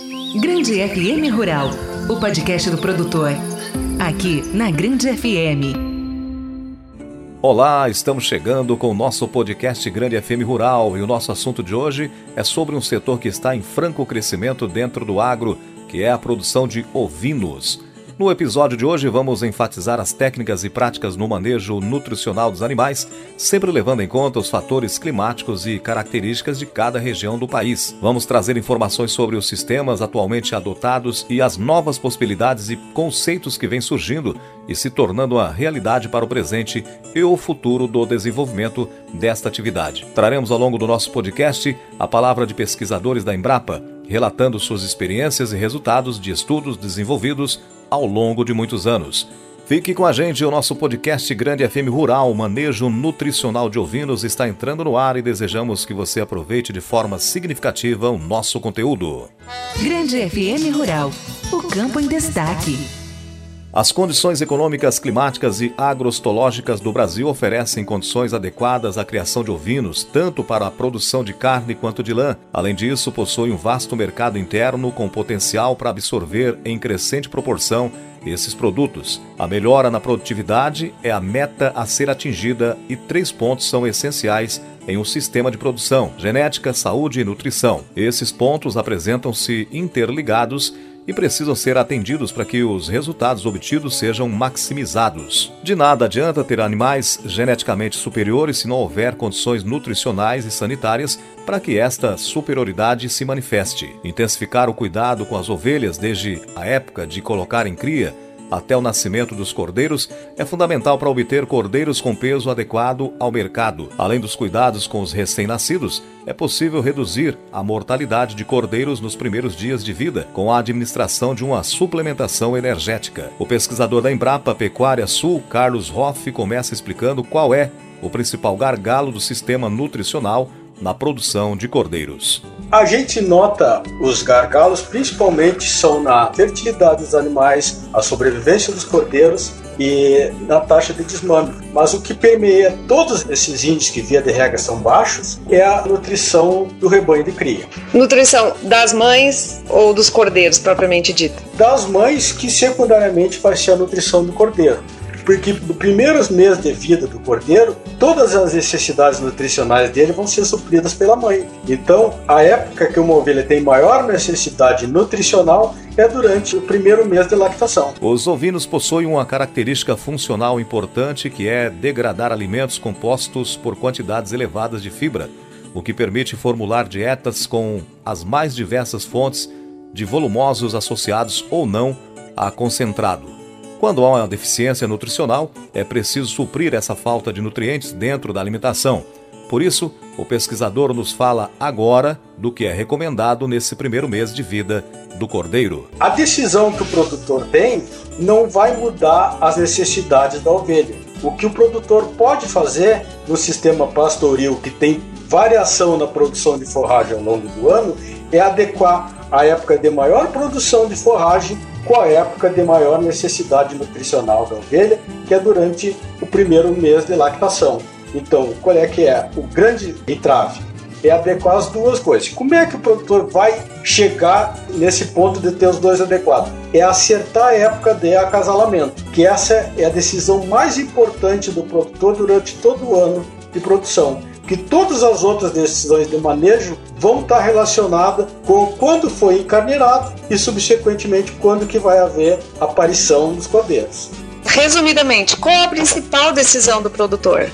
Grande FM Rural, o podcast do produtor. Aqui na Grande FM. Olá, estamos chegando com o nosso podcast Grande FM Rural e o nosso assunto de hoje é sobre um setor que está em franco crescimento dentro do agro, que é a produção de ovinos. No episódio de hoje vamos enfatizar as técnicas e práticas no manejo nutricional dos animais, sempre levando em conta os fatores climáticos e características de cada região do país. Vamos trazer informações sobre os sistemas atualmente adotados e as novas possibilidades e conceitos que vêm surgindo e se tornando uma realidade para o presente e o futuro do desenvolvimento desta atividade. Traremos ao longo do nosso podcast a palavra de pesquisadores da Embrapa, relatando suas experiências e resultados de estudos desenvolvidos ao longo de muitos anos. Fique com a gente, o nosso podcast Grande FM Rural, Manejo Nutricional de Ovinos, está entrando no ar e desejamos que você aproveite de forma significativa o nosso conteúdo. Grande FM Rural, o campo em destaque. As condições econômicas, climáticas e agrostológicas do Brasil oferecem condições adequadas à criação de ovinos, tanto para a produção de carne quanto de lã. Além disso, possui um vasto mercado interno com potencial para absorver em crescente proporção esses produtos. A melhora na produtividade é a meta a ser atingida e 3 pontos são essenciais em um sistema de produção: genética, saúde e nutrição. Esses pontos apresentam-se interligados e precisam ser atendidos para que os resultados obtidos sejam maximizados. De nada adianta ter animais geneticamente superiores se não houver condições nutricionais e sanitárias para que esta superioridade se manifeste. Intensificar o cuidado com as ovelhas desde a época de colocar em cria até o nascimento dos cordeiros é fundamental para obter cordeiros com peso adequado ao mercado. Além dos cuidados com os recém-nascidos, é possível reduzir a mortalidade de cordeiros nos primeiros dias de vida com a administração de uma suplementação energética. O pesquisador da Embrapa Pecuária Sul, Carlos Hoff, começa explicando qual é o principal gargalo do sistema nutricional na produção de cordeiros. A gente nota os gargalos principalmente são na fertilidade dos animais, a sobrevivência dos cordeiros e na taxa de desmame. Mas o que permeia todos esses índices que via de regra são baixos é a nutrição do rebanho de cria. Nutrição das mães ou dos cordeiros propriamente dita? Das mães, que secundariamente vai ser a nutrição do cordeiro. Porque nos primeiros meses de vida do cordeiro, todas as necessidades nutricionais dele vão ser supridas pela mãe. Então, a época que uma ovelha tem maior necessidade nutricional é durante o primeiro mês de lactação. Os ovinos possuem uma característica funcional importante, que é degradar alimentos compostos por quantidades elevadas de fibra, o que permite formular dietas com as mais diversas fontes de volumosos associados ou não a concentrado. Quando há uma deficiência nutricional, é preciso suprir essa falta de nutrientes dentro da alimentação. Por isso, o pesquisador nos fala agora do que é recomendado nesse primeiro mês de vida do cordeiro. A decisão que o produtor tem não vai mudar as necessidades da ovelha. O que o produtor pode fazer no sistema pastoril, que tem variação na produção de forragem ao longo do ano, é adequar a época de maior produção de forragem com a época de maior necessidade nutricional da ovelha, que é durante o primeiro mês de lactação. Então, qual é que é o grande entrave? É adequar as duas coisas. Como é que o produtor vai chegar nesse ponto de ter os dois adequados? É acertar a época de acasalamento, que essa é a decisão mais importante do produtor durante todo o ano de produção. Que todas as outras decisões de manejo vão estar relacionadas com quando foi encarneirado e, subsequentemente, quando que vai haver aparição dos cordeiros. Resumidamente, qual a principal decisão do produtor?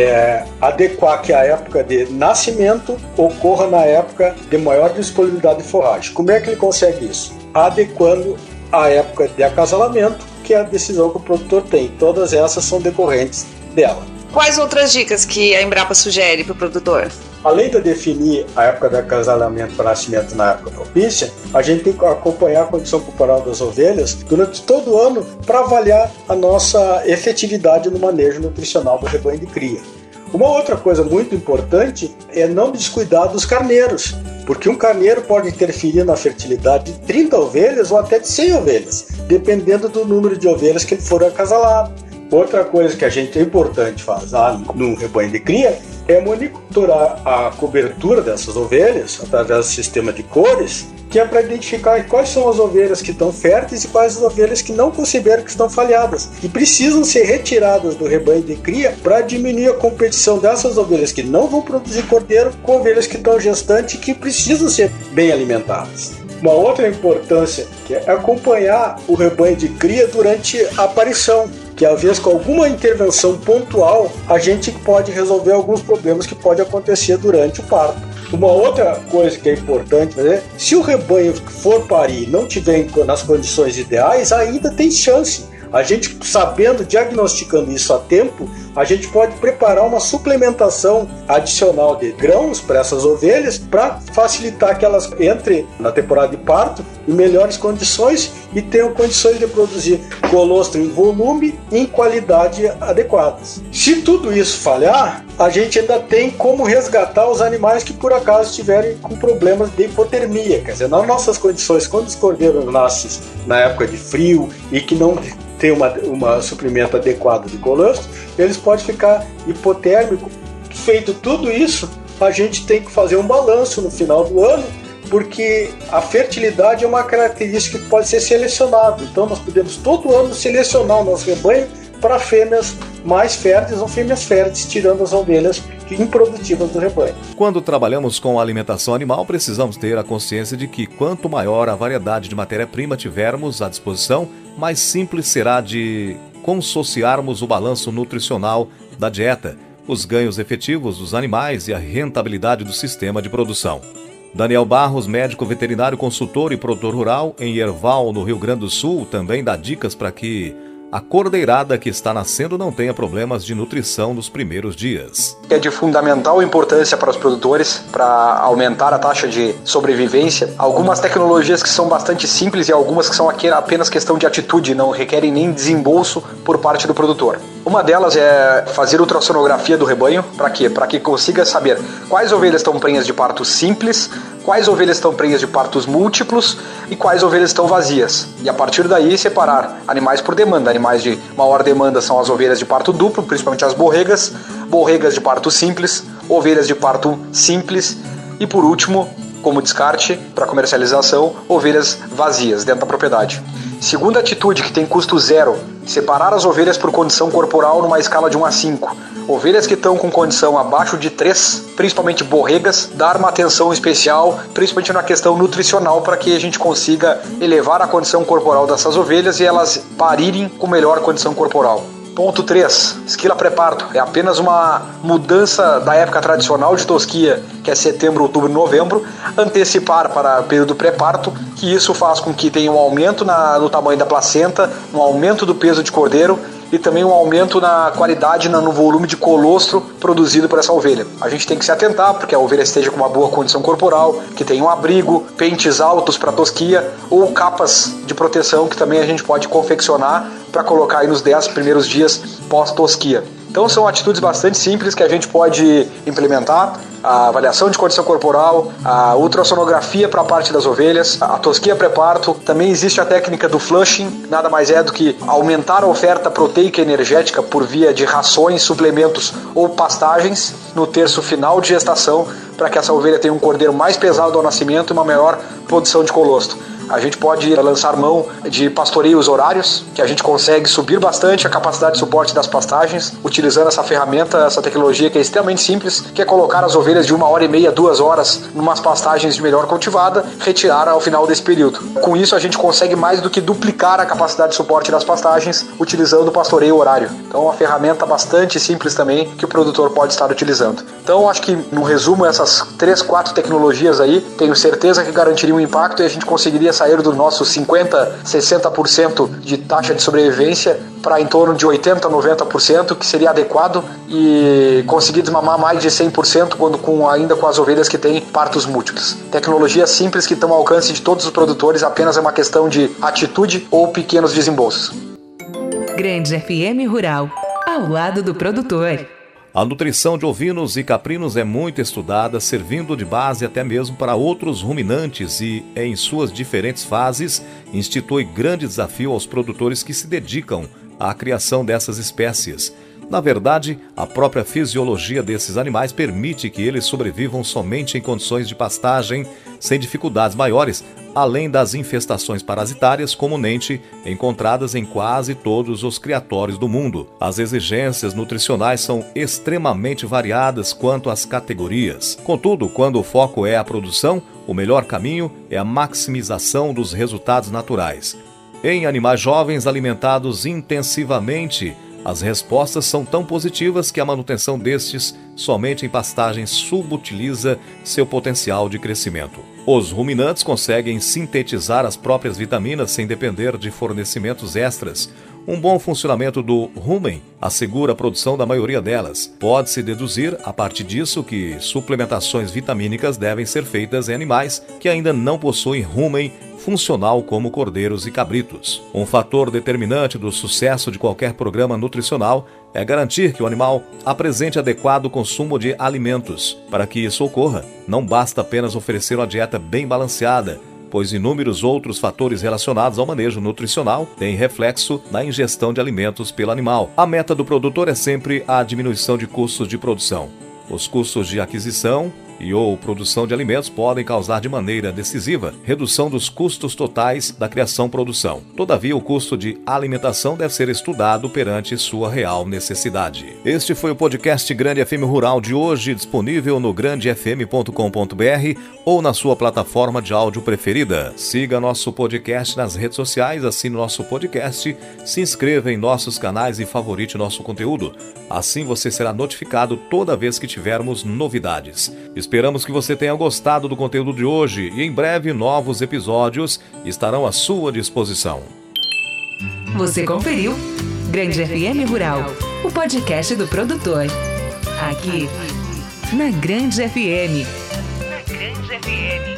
É adequar que a época de nascimento ocorra na época de maior disponibilidade de forragem. Como é que ele consegue isso? Adequando a época de acasalamento, que é a decisão que o produtor tem. Todas essas são decorrentes dela. Quais outras dicas que a Embrapa sugere para o produtor? Além de definir a época de acasalamento para nascimento na época propícia, a gente tem que acompanhar a condição corporal das ovelhas durante todo o ano para avaliar a nossa efetividade no manejo nutricional do rebanho de cria. Uma outra coisa muito importante é não descuidar dos carneiros, porque um carneiro pode interferir na fertilidade de 30 ovelhas ou até de 100 ovelhas, dependendo do número de ovelhas que ele for acasalado. Outra coisa que a gente é importante fazer no rebanho de cria é monitorar a cobertura dessas ovelhas através do sistema de cores, que é para identificar quais são as ovelhas que estão férteis e quais as ovelhas que não consideram que estão falhadas e precisam ser retiradas do rebanho de cria para diminuir a competição dessas ovelhas que não vão produzir cordeiro com ovelhas que estão gestantes e que precisam ser bem alimentadas. Uma outra importância que é acompanhar o rebanho de cria durante a aparição, que às vezes com alguma intervenção pontual a gente pode resolver alguns problemas que podem acontecer durante o parto. Uma outra coisa que é importante, né? Se o rebanho for parir e não tiver nas condições ideais, ainda tem chance. A gente, sabendo, diagnosticando isso a tempo, a gente pode preparar uma suplementação adicional de grãos para essas ovelhas para facilitar que elas entrem na temporada de parto em melhores condições e tenham condições de produzir colostro em volume e em qualidade adequadas. Se tudo isso falhar, a gente ainda tem como resgatar os animais que por acaso estiverem com problemas de hipotermia. Quer dizer, nas nossas condições, quando os cordeiros nascem na época de frio e que não tem uma suplemento adequado de colostro, eles podem ficar hipotérmicos. Feito tudo isso, a gente tem que fazer um balanço no final do ano, porque a fertilidade é uma característica que pode ser selecionada. Então nós podemos todo ano selecionar o nosso rebanho para fêmeas mais férteis ou fêmeas férteis, tirando as ovelhas improdutivas do rebanho. Quando trabalhamos com a alimentação animal, precisamos ter a consciência de que quanto maior a variedade de matéria-prima tivermos à disposição, mais simples será de consociarmos o balanço nutricional da dieta, os ganhos efetivos dos animais e a rentabilidade do sistema de produção. Daniel Barros, médico veterinário, consultor e produtor rural em Herval, no Rio Grande do Sul, também dá dicas para que a cordeirada que está nascendo não tenha problemas de nutrição nos primeiros dias. É de fundamental importância para os produtores para aumentar a taxa de sobrevivência. Algumas tecnologias que são bastante simples e algumas que são apenas questão de atitude, não requerem nem desembolso por parte do produtor. Uma delas é fazer ultrassonografia do rebanho. Para quê? Para que consiga saber quais ovelhas estão prenhas de parto simples, quais ovelhas estão prenhas de partos múltiplos e quais ovelhas estão vazias. E a partir daí separar animais por demanda. Animais de maior demanda são as ovelhas de parto duplo, principalmente as borregas de parto simples, ovelhas de parto simples e, por último, como descarte para comercialização, ovelhas vazias dentro da propriedade. Segunda atitude, que tem custo zero: separar as ovelhas por condição corporal numa escala de 1 a 5. Ovelhas que estão com condição abaixo de 3, principalmente borregas, dar uma atenção especial, principalmente na questão nutricional, para que a gente consiga elevar a condição corporal dessas ovelhas e elas parirem com melhor condição corporal. Ponto 3. Esquila pré-parto. É apenas uma mudança da época tradicional de tosquia, que é setembro, outubro e novembro, antecipar para o período pré-parto, que isso faz com que tenha um aumento no tamanho da placenta, um aumento do peso de cordeiro e também um aumento na qualidade, no volume de colostro produzido por essa ovelha. A gente tem que se atentar porque a ovelha esteja com uma boa condição corporal, que tenha um abrigo, pentes altos para tosquia ou capas de proteção que também a gente pode confeccionar para colocar aí nos 10 primeiros dias pós-tosquia. Então são atitudes bastante simples que a gente pode implementar: a avaliação de condição corporal, a ultrassonografia para a parte das ovelhas, a tosquia pré-parto. Também existe a técnica do flushing, nada mais é do que aumentar a oferta proteica e energética por via de rações, suplementos ou pastagens no terço final de gestação, para que essa ovelha tenha um cordeiro mais pesado ao nascimento e uma maior produção de colostro. A gente pode lançar mão de pastoreios horários, que a gente consegue subir bastante a capacidade de suporte das pastagens, utilizando essa ferramenta, essa tecnologia que é extremamente simples, que é colocar as ovelhas de 1h30, 2 horas, numas pastagens de melhor cultivada, retirar ao final desse período. Com isso a gente consegue mais do que duplicar a capacidade de suporte das pastagens, utilizando o pastoreio horário. Então é uma ferramenta bastante simples também, que o produtor pode estar utilizando. Então acho que, no resumo, essas 3, 4 tecnologias aí, tenho certeza que garantiriam um impacto e a gente conseguiria sair do nosso 50%, 60% de taxa de sobrevivência para em torno de 80%, 90%, que seria adequado, e conseguir desmamar mais de 100% ainda com as ovelhas que têm partos múltiplos. Tecnologias simples que estão ao alcance de todos os produtores, apenas é uma questão de atitude ou pequenos desembolsos. Grande FM Rural, ao lado do produtor. A nutrição de ovinos e caprinos é muito estudada, servindo de base até mesmo para outros ruminantes e, em suas diferentes fases, institui grande desafio aos produtores que se dedicam à criação dessas espécies. Na verdade, a própria fisiologia desses animais permite que eles sobrevivam somente em condições de pastagem, sem dificuldades maiores, além das infestações parasitárias comumente encontradas em quase todos os criatórios do mundo. As exigências nutricionais são extremamente variadas quanto às categorias. Contudo, quando o foco é a produção, o melhor caminho é a maximização dos resultados naturais. Em animais jovens alimentados intensivamente, as respostas são tão positivas que a manutenção destes somente em pastagem subutiliza seu potencial de crescimento. Os ruminantes conseguem sintetizar as próprias vitaminas sem depender de fornecimentos extras. Um bom funcionamento do rumen assegura a produção da maioria delas. Pode-se deduzir, a partir disso, que suplementações vitamínicas devem ser feitas em animais que ainda não possuem rumen funcional como cordeiros e cabritos. Um fator determinante do sucesso de qualquer programa nutricional é garantir que o animal apresente adequado consumo de alimentos. Para que isso ocorra, não basta apenas oferecer uma dieta bem balanceada, pois inúmeros outros fatores relacionados ao manejo nutricional têm reflexo na ingestão de alimentos pelo animal. A meta do produtor é sempre a diminuição de custos de produção. Os custos de aquisição ou produção de alimentos podem causar de maneira decisiva redução dos custos totais da criação-produção. Todavia, o custo de alimentação deve ser estudado perante sua real necessidade. Este foi o podcast Grande FM Rural de hoje, disponível no grandefm.com.br ou na sua plataforma de áudio preferida. Siga nosso podcast nas redes sociais, assine nosso podcast, se inscreva em nossos canais e favorite nosso conteúdo. Assim você será notificado toda vez que tivermos novidades. Esperamos que você tenha gostado do conteúdo de hoje e em breve novos episódios estarão à sua disposição. Você conferiu Grande FM Rural, o podcast do produtor. Aqui na Grande FM. Na Grande FM.